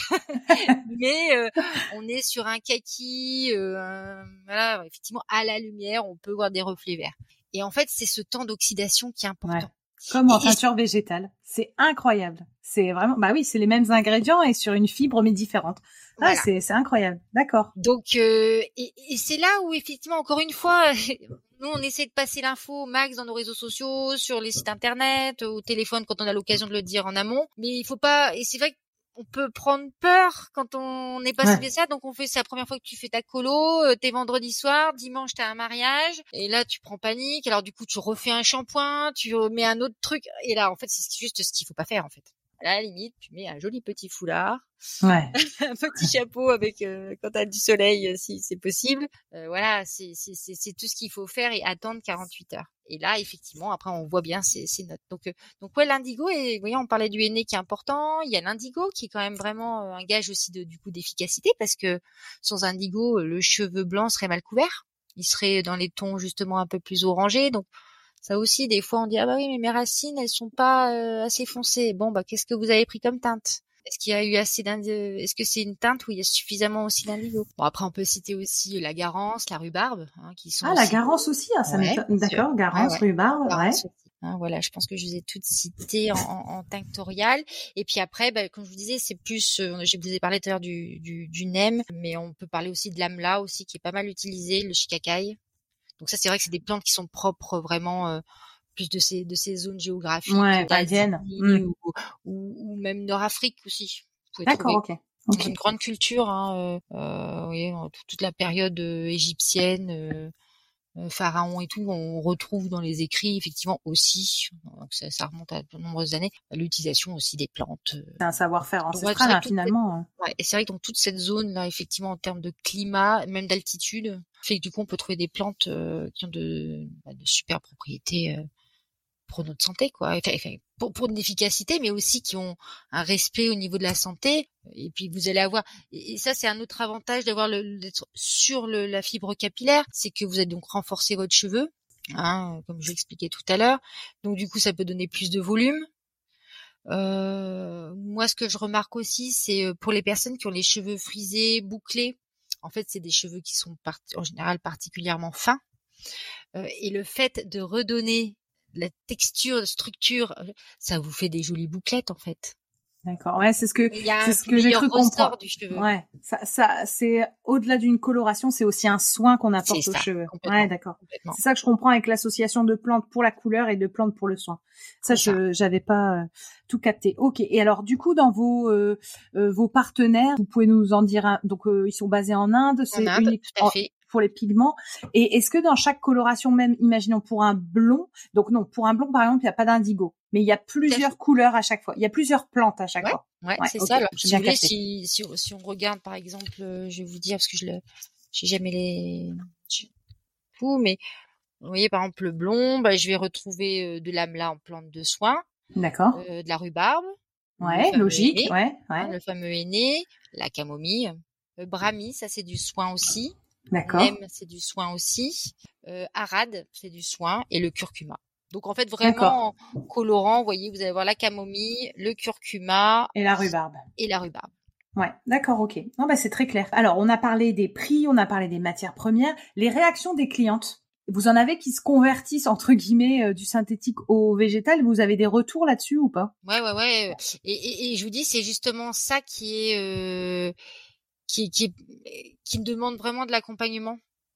mais euh, on est sur un kaki. Euh, un, voilà, effectivement à la lumière, on peut voir des reflets verts. Et en fait, c'est ce temps d'oxydation qui est important. Ouais. Comme en et, teinture et... végétale. C'est incroyable. C'est vraiment, bah oui, c'est les mêmes ingrédients et sur une fibre mais différente. Ah, voilà. c'est, c'est incroyable. D'accord. Donc, euh, et, et c'est là où effectivement, encore une fois, nous on essaie de passer l'info au max dans nos réseaux sociaux, sur les sites internet, au téléphone quand on a l'occasion de le dire en amont. Mais il faut pas, et c'est vrai qu'on peut prendre peur quand on n'est pas ouais. ciblé ça. Donc on fait, c'est la première fois que tu fais ta colo, euh, t'es vendredi soir, dimanche t'as un mariage, et là tu prends panique. Alors du coup tu refais un shampoing, tu remets un autre truc, et là en fait c'est juste ce qu'il faut pas faire en fait. À la limite, tu mets un joli petit foulard, ouais. un petit chapeau avec euh, quand t'as du soleil, euh, si c'est possible. Euh, voilà, c'est, c'est, c'est, c'est tout ce qu'il faut faire et attendre quarante-huit heures. Et là, effectivement, après, on voit bien ces, ces notes. Donc, euh, donc ouais, l'indigo, et vous voyez, on parlait du henné qui est important. Il y a l'indigo qui est quand même vraiment euh, un gage aussi de, du coup d'efficacité, parce que sans indigo, le cheveu blanc serait mal couvert. Il serait dans les tons justement un peu plus orangés. Donc ça aussi, des fois, on dit ah bah oui, mais mes racines, elles sont pas euh, assez foncées. Bon bah qu'est-ce que vous avez pris comme teinte? Est-ce qu'il y a eu assez d'indigo? Est-ce que c'est une teinte où il y a suffisamment aussi d'indigo? Bon après, on peut citer aussi la garance, la rhubarbe, hein, qui sont ah aussi... la garance aussi, ah, ça ouais, m'étonne. D'accord, garance, ouais, ouais. rhubarbe, garance ouais. Hein, voilà, je pense que je vous ai toutes citées en, en, en tinctorial. Et puis après, bah, comme je vous disais, c'est plus, euh, je vous ai parlé tout à l'heure du, du, du nem, mais on peut parler aussi de l'amla aussi, qui est pas mal utilisé, le shikai. Donc ça, c'est vrai que c'est des plantes qui sont propres vraiment euh, plus de ces de ces zones géographiques, ouais, d'Asie mmh. ou, ou, ou même Nord-Afrique aussi. Vous pouvez D'accord, trouver. ok. Okay. C'est une grande culture, hein, euh, euh, oui, toute la période euh, égyptienne, euh, euh, pharaon et tout, on retrouve dans les écrits effectivement aussi, donc ça, ça remonte à de nombreuses années, l'utilisation aussi des plantes. C'est un savoir-faire ancestral, ouais, hein, finalement. Cette, ouais, et c'est vrai que dans toute cette zone là, effectivement, en termes de climat, même d'altitude, fait que du coup on peut trouver des plantes euh, qui ont de, bah, de super propriétés euh, pour notre santé, quoi. Enfin, enfin, pour, pour une efficacité, mais aussi qui ont un respect au niveau de la santé. Et puis vous allez avoir, et ça c'est un autre avantage d'avoir le, d'être sur le, la fibre capillaire, c'est que vous allez donc renforcer votre cheveu, hein, comme je l'expliquais tout à l'heure. Donc du coup ça peut donner plus de volume. Euh, moi ce que je remarque aussi, c'est pour les personnes qui ont les cheveux frisés, bouclés. En fait c'est des cheveux qui sont part- en général particulièrement fins. Euh, et le fait de redonner la texture, de structure, ça vous fait des jolies bouclettes en fait. D'accord. Ouais, c'est ce que c'est ce que j'ai cru comprendre. Du cheveu. Ouais, ça ça c'est au-delà d'une coloration, c'est aussi un soin qu'on apporte c'est aux ça, cheveux. Ouais, d'accord. Complètement. C'est ça que je comprends avec l'association de plantes pour la couleur et de plantes pour le soin. Ça, c'est je ça. j'avais pas euh, tout capté. OK. Et alors du coup dans vos euh, euh, vos partenaires, vous pouvez nous en dire un... donc euh, ils sont basés en Inde, c'est en Inde, unique tout à fait. Pour les pigments. Et est-ce que dans chaque coloration, même, imaginons pour un blond, donc non, pour un blond, par exemple, il n'y a pas d'indigo, mais il y a plusieurs couleurs à chaque fois. Il y a plusieurs plantes à chaque ouais, fois. Ouais, ouais c'est okay, ça. Alors, si vous voulez, si, si, si on regarde, par exemple, euh, je vais vous dire, parce que je le, j'ai jamais les, tout, mais vous voyez, par exemple, le blond, bah, je vais retrouver euh, de l'amla en plante de soin. D'accord. Euh, de la rhubarbe. Ouais, logique. Henné, ouais, ouais. Hein, le fameux henné, la camomille. Le brahmi, ça, c'est du soin aussi. D'accord. Nem, c'est du soin aussi. Euh, arad, c'est du soin. Et le curcuma. Donc, en fait, vraiment, en colorant, vous voyez, vous allez avoir la camomille, le curcuma. Et la rhubarbe. Et la rhubarbe. Ouais, d'accord, ok. Non, bah, c'est très clair. Alors, on a parlé des prix, on a parlé des matières premières. Les réactions des clientes, vous en avez qui se convertissent, entre guillemets, euh, du synthétique au végétal. Vous avez des retours là-dessus ou pas? Ouais, ouais, ouais. Et, et, et je vous dis, c'est justement ça qui est... Euh... Qui, qui, qui demande vraiment de l'accompagnement.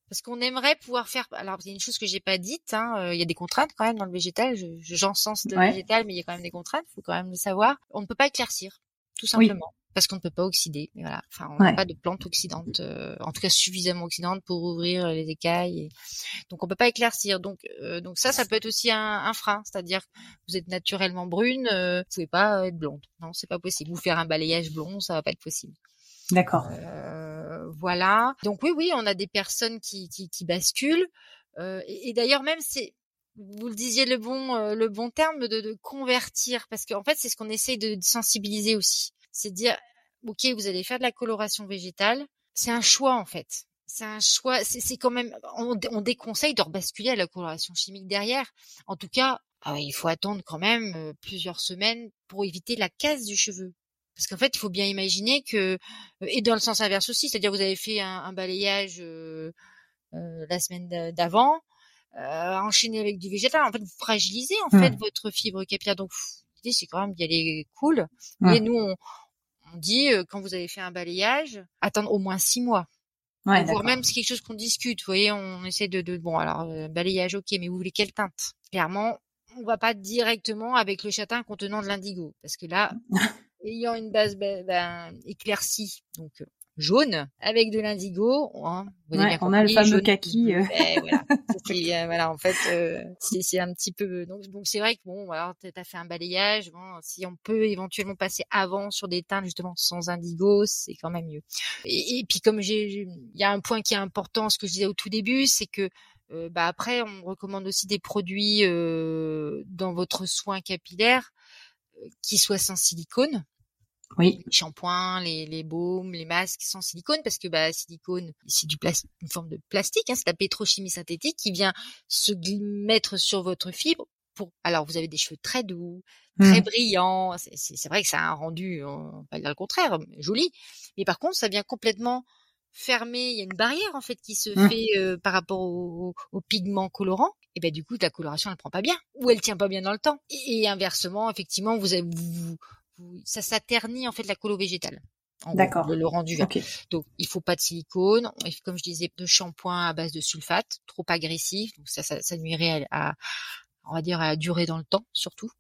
Parce qu'on aimerait pouvoir faire. Alors, il y a une chose que j'ai pas dite. Hein, euh, il y a des contraintes quand même dans le végétal. Je, je j'encense le Ouais. végétal, mais il y a quand même des contraintes. Il faut quand même le savoir. On ne peut pas éclaircir, tout simplement, Oui. parce qu'on ne peut pas oxyder. Mais voilà. Enfin, on n'a Ouais. pas de plante oxydante, euh, en tout cas suffisamment oxydante pour ouvrir les écailles. Et... Donc, on peut pas éclaircir. Donc, euh, donc ça, ça peut être aussi un, un frein. C'est-à-dire, que vous êtes naturellement brune, euh, vous pouvez pas être blonde. Non, c'est pas possible. Vous faire un balayage blond, ça va pas être possible. D'accord. Euh, voilà. Donc oui, oui, on a des personnes qui qui, qui basculent. Euh, et, et d'ailleurs même c'est, vous le disiez le bon euh, le bon terme de, de convertir, parce qu'en fait c'est ce qu'on essaye de, de sensibiliser aussi. C'est de dire ok, vous allez faire de la coloration végétale, c'est un choix en fait. C'est un choix. C'est, c'est quand même on, on déconseille de rebasculer à la coloration chimique derrière. En tout cas, ah ouais, il faut attendre quand même euh, plusieurs semaines pour éviter la casse du cheveu. Parce qu'en fait, il faut bien imaginer que, et dans le sens inverse aussi, c'est-à-dire vous avez fait un, un balayage euh, euh, la semaine d'avant, euh, enchaîné avec du végétal, en fait, vous fragilisez en fait Mmh. votre fibre capillaire. Donc, l'idée c'est quand même d'y aller cool. Mmh. Et nous, on, on dit euh, quand vous avez fait un balayage, attendre au moins six mois. Ouais, Donc, voire d'accord. même c'est quelque chose qu'on discute. Vous voyez, on essaie de, de bon alors euh, balayage, ok, mais vous voulez quelle teinte? Clairement, on va pas directement avec le châtain contenant de l'indigo, parce que là. Ayant une base ben, ben, éclaircie, donc euh, jaune, avec de l'indigo, hein, vous avez Ouais, bien on a le compris, fameux jaune plus kaki. bleu, euh. ben, voilà. C'est, euh, voilà, en fait, euh, c'est, c'est un petit peu. Donc, donc c'est vrai que bon, alors t'as fait un balayage, bon, si on peut éventuellement passer avant sur des teintes justement sans indigo, c'est quand même mieux. Et, et puis comme j'ai, il y a un point qui est important, ce que je disais au tout début, c'est que euh, bah après, on recommande aussi des produits euh, dans votre soin capillaire qui soient sans silicone. Oui. Les shampoings, les, les baumes, les masques sans silicone, parce que bah silicone, c'est du plas- une forme de plastique, hein, c'est la pétrochimie synthétique qui vient se mettre sur votre fibre. Pour, alors vous avez des cheveux très doux, très Mmh. brillants. C'est, c'est, c'est vrai que ça a un rendu, on va pas dire le contraire, joli. Mais par contre, ça vient complètement fermer. Il y a une barrière en fait qui se Mmh. fait euh, par rapport aux au, au pigments colorants. Et ben du coup, la coloration elle prend pas bien, ou elle tient pas bien dans le temps. Et, et inversement, effectivement, vous avez vous, vous, ça s'aternit en fait la colo végétale. En gros, D'accord. le, le rendu vert. Ok. Donc, il faut pas de silicone. Comme je disais, de shampoing à base de sulfate, trop agressif. Donc ça, ça, ça nuirait à, à, on va dire, à la durée dans le temps, surtout.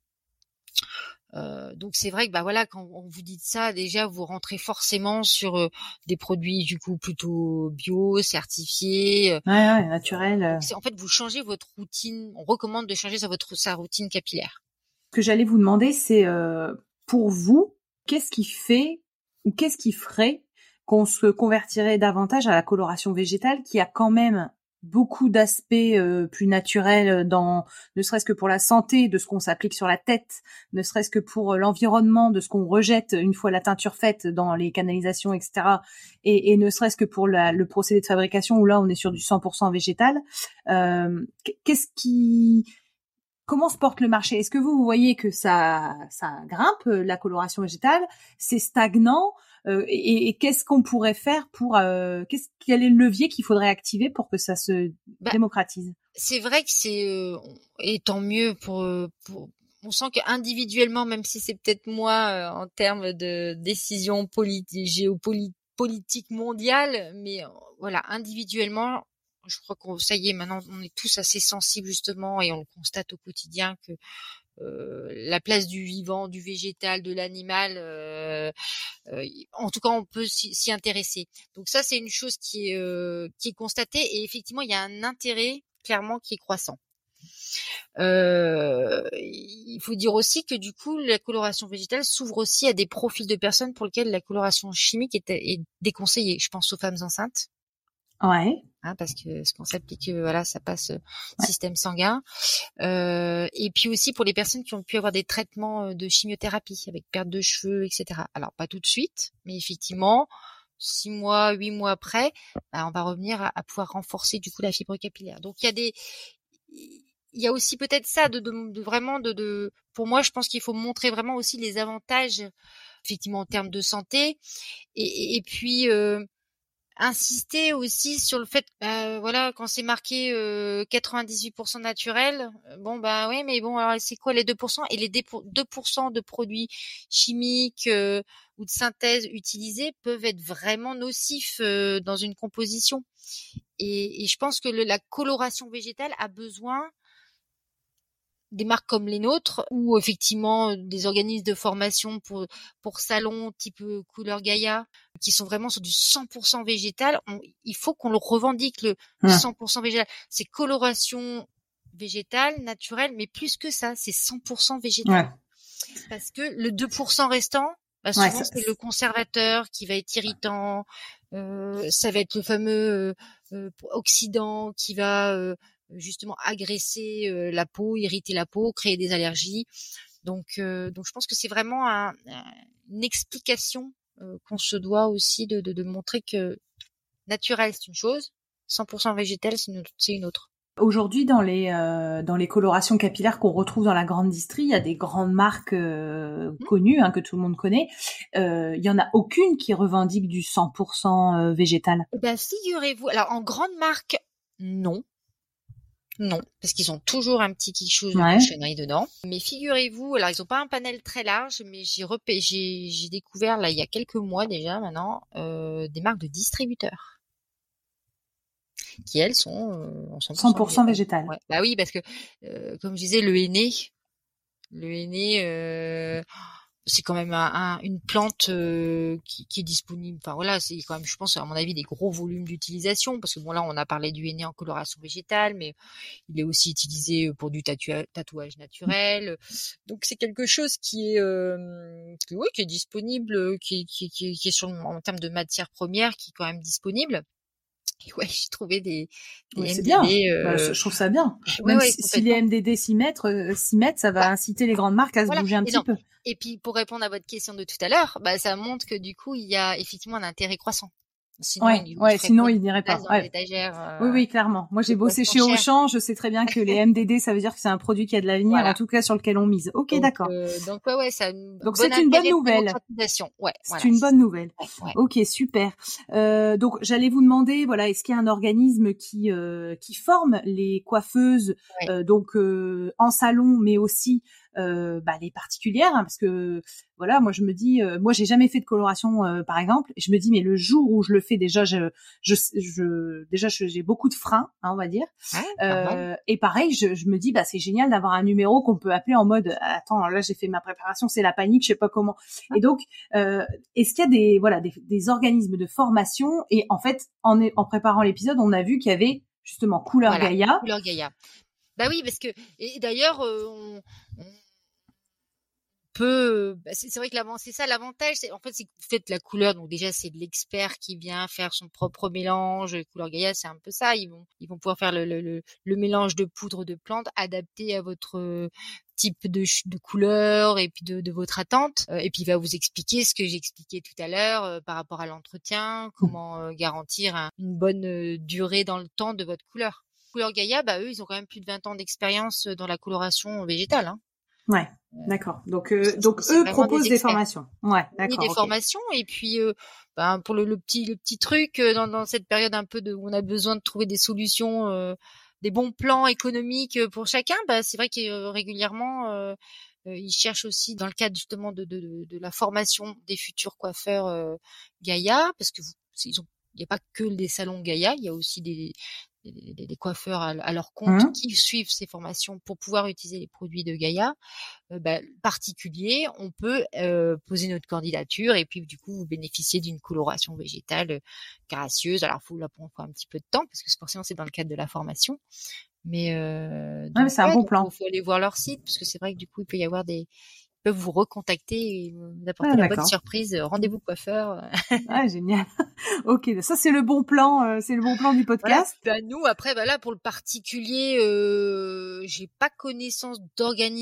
Euh, donc c'est vrai que bah voilà, quand on vous dit ça, déjà vous rentrez forcément sur euh, des produits du coup plutôt bio, certifiés. Ouais, ouais, naturel. Donc c'est, en fait, vous changez votre routine. On recommande de changer sa votre sa routine capillaire. Ce que j'allais vous demander, c'est euh, pour vous, qu'est-ce qui fait ou qu'est-ce qui ferait qu'on se convertirait davantage à la coloration végétale, qui a quand même beaucoup d'aspects euh, plus naturels, dans, ne serait-ce que pour la santé, de ce qu'on s'applique sur la tête, ne serait-ce que pour l'environnement, de ce qu'on rejette une fois la teinture faite dans les canalisations, et cetera. Et, et ne serait-ce que pour la, le procédé de fabrication, où là on est sur du cent pour cent végétal. Euh, qu'est-ce qui... Comment se porte le marché? Est-ce que vous, vous voyez que ça, ça grimpe, la coloration végétale? C'est stagnant? Euh, et, et qu'est-ce qu'on pourrait faire pour... Euh, qu'est-ce, quel est le levier qu'il faudrait activer pour que ça se bah, démocratise? C'est vrai que c'est... Euh, et tant mieux pour... pour on sent qu'individuellement, même si c'est peut-être moi euh, en termes de décision politique, géopolitique mondiale, mais euh, voilà, individuellement, je crois qu'on ça y est, maintenant on est tous assez sensibles justement et on le constate au quotidien que euh, la place du vivant, du végétal, de l'animal, euh, euh, en tout cas on peut s'y, s'y intéresser. Donc ça c'est une chose qui est euh, qui est constatée et effectivement il y a un intérêt clairement qui est croissant. Euh, il faut dire aussi que du coup la coloration végétale s'ouvre aussi à des profils de personnes pour lesquelles la coloration chimique est, est déconseillée. Je pense aux femmes enceintes. Ouais. Hein, parce que ce qu'on s'applique, voilà, ça passe ouais. Système sanguin. Euh, et puis aussi pour les personnes qui ont pu avoir des traitements de chimiothérapie avec perte de cheveux, et cetera. Alors pas tout de suite, mais effectivement, six mois, huit mois après, bah, on va revenir à, à pouvoir renforcer du coup la fibre capillaire. Donc il y a des, il y a aussi peut-être ça de, de, de vraiment de, de, pour moi, je pense qu'il faut montrer vraiment aussi les avantages, effectivement en termes de santé, et, et, et puis euh, insister aussi sur le fait, bah, voilà, quand c'est marqué euh, quatre-vingt-dix-huit pour cent naturel, bon bah oui, mais bon, alors c'est quoi les deux pour cent? Et les deux pour cent de produits chimiques euh, ou de synthèse utilisés peuvent être vraiment nocifs euh, dans une composition. Et, et je pense que le, la coloration végétale a besoin des marques comme les nôtres, ou effectivement des organismes de formation pour pour salons type Couleur Gaïa, qui sont vraiment sur du cent pour cent végétal. On, il faut qu'on le revendique, le Ouais. cent pour cent végétal. C'est coloration végétale, naturelle, mais plus que ça, c'est cent pour cent végétal. Ouais. Parce que le deux pour cent restant, bah souvent Ouais, ça- c'est le conservateur qui va être irritant, euh, ça va être le fameux euh, euh, oxydant qui va euh, justement agresser euh, la peau, irriter la peau, créer des allergies. Donc, euh, donc je pense que c'est vraiment un, un, une explication euh, qu'on se doit aussi de, de, de montrer que naturel c'est une chose, cent pour cent végétal c'est une, c'est une autre. Aujourd'hui, dans les euh, dans les colorations capillaires qu'on retrouve dans la grande distrie, il y a des grandes marques euh, Mmh. connues, hein, que tout le monde connaît. Euh, il y en a aucune qui revendique du cent pour cent végétal. Eh ben, figurez-vous, alors en grande marque, non. Non, parce qu'ils ont toujours un petit quelque chose de Ouais. cochonnerie dedans. Mais figurez-vous, alors ils ont pas un panel très large, mais j'ai repé- j'ai, j'ai découvert là il y a quelques mois déjà maintenant euh, des marques de distributeurs qui elles sont euh, en cent pour cent végétal. Ouais. Bah oui, parce que euh, comme je disais, le henné, le henné, euh, c'est quand même un, un, une plante euh, qui, qui est disponible. Enfin voilà, c'est quand même, je pense, à mon avis, des gros volumes d'utilisation. Parce que bon là, on a parlé du henné en coloration végétale, mais il est aussi utilisé pour du tatua- tatouage naturel. Donc c'est quelque chose qui est, euh, qui, oui, qui est disponible, qui, qui, qui, qui est sur en termes de matière première, qui est quand même disponible. Et ouais, j'ai trouvé des, des Ouais, c'est M D D. bien. Euh... Bah, je, je trouve ça bien. Ouais, Même ouais, si, si les M D D s'y mettent, euh, s'y mettent, ça va bah, inciter les grandes marques à se voilà. bouger un Et petit non. peu. Et puis pour répondre à votre question de tout à l'heure, bah ça montre que du coup il y a effectivement un intérêt croissant. Sinon, Ouais, il, ouais, il ferait sinon pas il une n'irait pas. place dans Ouais. les étagères. Euh, Oui, oui, clairement. Moi, j'ai de bossé façon chez chère. Auchan. Je sais très bien que les M D D, ça veut dire que c'est un produit qui a de l'avenir, Voilà. en tout cas sur lequel on mise. Ok, Donc, d'accord. euh, donc ouais, ouais, ça a une Donc bonne c'est une bonne intérêt de nouvelle. démocratisation. Ouais, C'est voilà, une c'est bonne nouvelle. ça. Ouais, ouais. Ok, super. Euh, donc j'allais vous demander, voilà, est-ce qu'il y a un organisme qui euh, qui forme les coiffeuses, Ouais. euh, donc euh, en salon, mais aussi euh, bah, les particulières, hein, parce que voilà, moi je me dis, euh, moi j'ai jamais fait de coloration, euh, par exemple, et je me dis, mais le jour où je le fais, déjà, je, je, je déjà je- j'ai beaucoup de freins, hein, on va dire. Ouais, normal. Euh, et pareil, je, je me dis, bah c'est génial d'avoir un numéro qu'on peut appeler en mode, attends, là j'ai fait ma préparation, c'est la panique, je sais pas comment. Et donc, euh, est-ce qu'il y a des voilà des, des organismes de formation? Et en fait, en, en préparant l'épisode, on a vu qu'il y avait justement Couleur Voilà, Gaïa. Couleur Gaïa. Bah oui, parce que et d'ailleurs, euh, on, on peut. Bah c'est, c'est vrai que l'avant, c'est ça l'avantage. C'est, en fait, c'est que vous faites la couleur. Donc déjà, c'est de l'expert qui vient faire son propre mélange. Couleur Gaïa, c'est un peu ça. Ils vont, ils vont pouvoir faire le, le, le, le mélange de poudre de plantes adapté à votre type de, de couleur et puis de, de votre attente. Euh, et puis il va vous expliquer ce que j'expliquais tout à l'heure euh, par rapport à l'entretien, comment euh, garantir un, une bonne euh, durée dans le temps de votre couleur. Couleur Gaïa, bah eux, ils ont quand même plus de vingt ans d'expérience dans la coloration végétale. Hein. Ouais, d'accord. Donc, euh, C'est, donc c'est eux proposent des, des formations. Ouais, d'accord. Oui, des okay. formations. Et puis, euh, ben, pour le, le petit, le petit truc euh, dans, dans cette période un peu de où on a besoin de trouver des solutions, euh, des bons plans économiques pour chacun. Bah, c'est vrai que euh, régulièrement, euh, euh, ils cherchent aussi dans le cadre justement de, de, de, de la formation des futurs coiffeurs euh, Gaïa, parce que vous, ils ont, il n'y a pas que des salons Gaïa, il y a aussi des Des, des, des coiffeurs à, à leur compte mmh. qui suivent ces formations pour pouvoir utiliser les produits de Gaïa. Euh, bah, particulier, on peut euh, poser notre candidature et puis du coup vous bénéficiez d'une coloration végétale euh, gracieuse. Alors faut là pour un petit peu de temps parce que forcément c'est dans le cadre de la formation. Mais, euh, donc, ouais, mais c'est ouais, un bon plan. Il faut aller voir leur site parce que c'est vrai que du coup il peut y avoir des ils peuvent vous recontacter et vous apporter ah, la d'accord. bonne surprise. Rendez-vous coiffeur. Ah, génial. Ok, ça c'est le bon plan, euh, c'est le bon plan du podcast. Voilà. Ben, nous après voilà pour le particulier, euh, j'ai pas connaissance d'organisme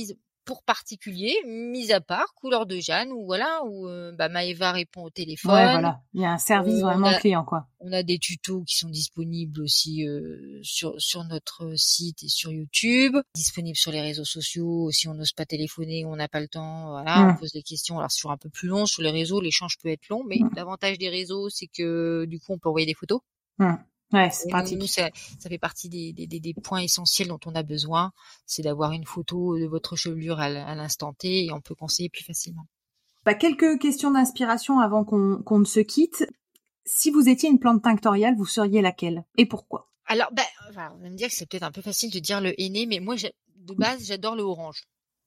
pour particulier, mis à part couleur de Jeanne, ou voilà, où euh, bah, Maëva répond au téléphone. Ouais, voilà. Il y a un service Euh, vraiment on a- client, quoi. On a des tutos qui sont disponibles aussi euh, sur sur notre site et sur YouTube, disponibles sur les réseaux sociaux. Si on n'ose pas téléphoner, on n'a pas le temps, voilà, Mm. on pose des questions. Alors c'est toujours un peu plus long sur les réseaux, l'échange peut être long, mais Mm. l'avantage des réseaux, c'est que du coup, on peut envoyer des photos. Mm. Ouais, c'est Et nous, pratique. nous, ça, ça fait partie des, des, des, des points essentiels dont on a besoin, c'est d'avoir une photo de votre chevelure à, l- à l'instant T, et on peut conseiller plus facilement. Bah, quelques questions d'inspiration avant qu'on qu'on ne se quitte. Si vous étiez une plante tinctoriale, vous seriez laquelle et pourquoi? Alors, ben, enfin, on va me dire que c'est peut-être un peu facile de dire le henné, mais moi, j'ai- de base, j'adore le orange,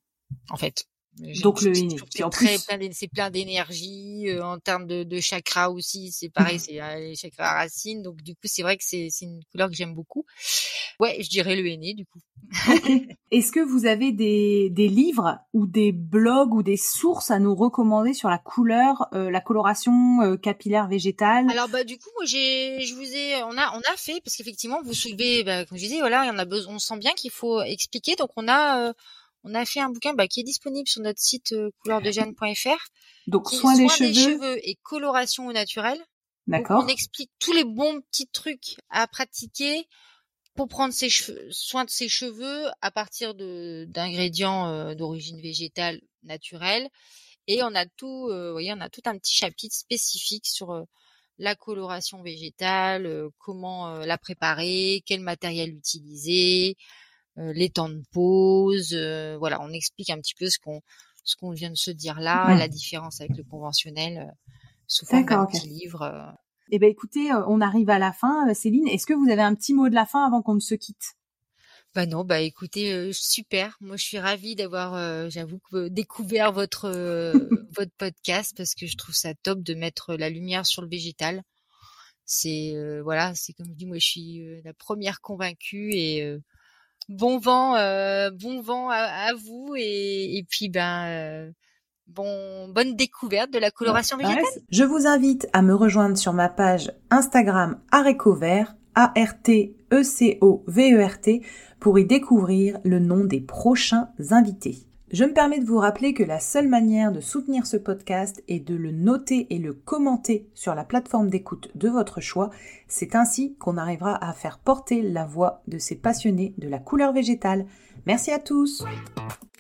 en fait. J'aime- Donc le je henné. trouve que Puis en C'est très plus, plein d'é- c'est plein d'énergie, euh, en termes de, de chakras aussi, c'est pareil, c'est euh, les chakras racines, donc du coup, c'est vrai que c'est c'est une couleur que j'aime beaucoup. Ouais, je dirais le henné, du coup. ok. Est-ce que vous avez des, des livres ou des blogs ou des sources à nous recommander sur la couleur, euh, la coloration euh, capillaire végétale? Alors bah du coup moi j'ai je vous ai on a on a fait parce qu'effectivement vous soulevez bah, comme je disais voilà il y en a besoin on sent bien qu'il faut expliquer donc on a euh, on a fait un bouquin bah, qui est disponible sur notre site euh, couleur de jeanne point f r Donc qui est soin des soin des cheveux, cheveux et coloration au naturel. Donc on d'accord. explique tous les bons petits trucs à pratiquer pour prendre ses cheveux, soin de ses cheveux à partir de d'ingrédients euh, d'origine végétale naturelle. Et on a tout, euh, vous voyez, on a tout un petit chapitre spécifique sur euh, la coloration végétale, euh, comment euh, la préparer, quel matériel utiliser, euh, les temps de pause. Euh, voilà, on explique un petit peu ce qu'on ce qu'on vient de se dire là, la Mmh. différence avec le conventionnel, euh, sous forme D'accord, d'un ok. petit livre. euh. Eh ben écoutez, euh, on arrive à la fin. Euh, Céline, est-ce que vous avez un petit mot de la fin avant qu'on ne se quitte? Bah non, bah écoutez, euh, super. Moi, je suis ravie d'avoir, euh, j'avoue, que- découvert votre euh, votre podcast parce que je trouve ça top de mettre la lumière sur le végétal. C'est euh, voilà, c'est comme je dis, moi, je suis euh, la première convaincue et euh, bon vent, euh, bon vent à, à vous et, et puis ben euh, bon bonne découverte de la Ouais. coloration Ouais, végétale. c'est- Je vous invite à me rejoindre sur ma page Instagram Arécovert, A R T E C O V E R T, pour y découvrir le nom des prochains invités. Je me permets de vous rappeler que la seule manière de soutenir ce podcast est de le noter et le commenter sur la plateforme d'écoute de votre choix. C'est ainsi qu'on arrivera à faire porter la voix de ces passionnés de la couleur végétale. Merci à tous!